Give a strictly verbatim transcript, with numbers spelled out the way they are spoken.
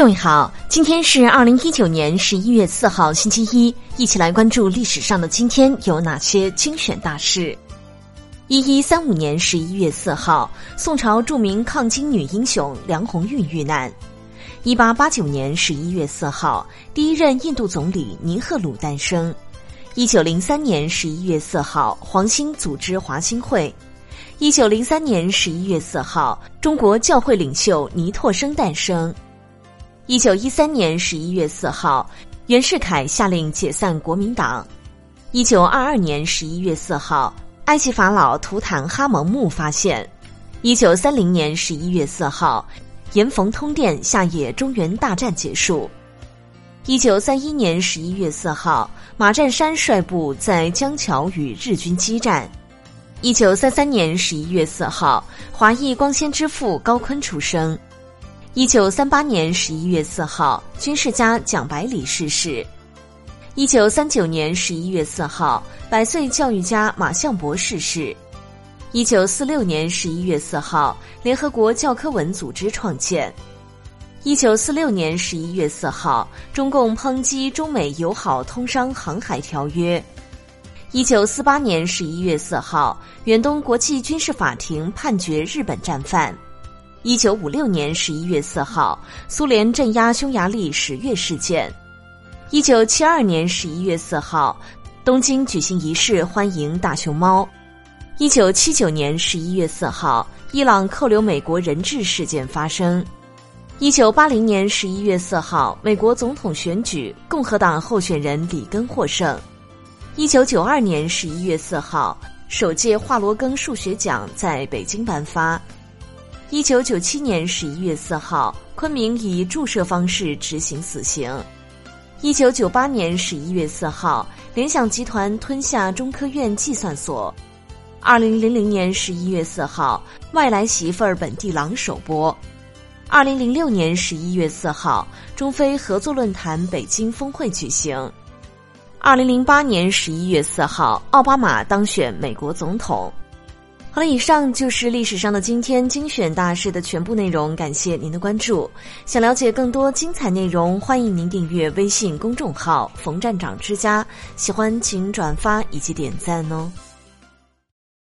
各位好，今天是二零一九年十一月四号星期一，一起来关注历史上的今天有哪些精选大事。一一三五年十一月四号，宋朝著名抗金女英雄梁红韵遇难。一八八九年十一月四号，第一任印度总理尼赫鲁诞生。一九零三年十一月四号，黄兴组织华兴会。一九零三年十一月四号，中国教会领袖倪柝声诞生。一九一三年十一月四号，袁世凯下令解散国民党。一九二二年十一月四号，埃及法老图坦哈蒙墓发现。一九三零年十一月四号，沿冯通电下野中原大战结束。一九三一年十一月四号，马占山率部在江桥与日军激战。一九三三年十一月四号，华裔光纤之父高锟出生。一九三八年十一月四号，军事家蒋百里逝世。一九三九年十一月四号，百岁教育家马相伯逝世。一九四六年十一月四号，联合国教科文组织创建。一九四六年十一月四号，中共抨击中美友好通商航海条约。一九四八年十一月四号，远东国际军事法庭判决日本战犯。一九五六年十一月四号，苏联镇压匈牙利十月事件。一九七二年十一月四号，东京举行仪式欢迎大熊猫。一九七九年十一月四号，伊朗扣留美国人质事件发生。一九八零年十一月四号，美国总统选举，共和党候选人里根获胜。一九九二年十一月四号，首届华罗庚数学奖在北京颁发。一九九七年十一月四号，昆明以注射方式执行死刑。一九九八年十一月四号，联想集团吞下中科院计算所。二零零零年十一月四号，外来媳妇儿本地郎首播。二零零六年十一月四号，中非合作论坛北京峰会举行。二零零八年十一月四号，奥巴马当选美国总统。好了，以上就是历史上的今天精选大事的全部内容，感谢您的关注。想了解更多精彩内容，欢迎您订阅微信公众号冯站长之家，喜欢请转发以及点赞哦。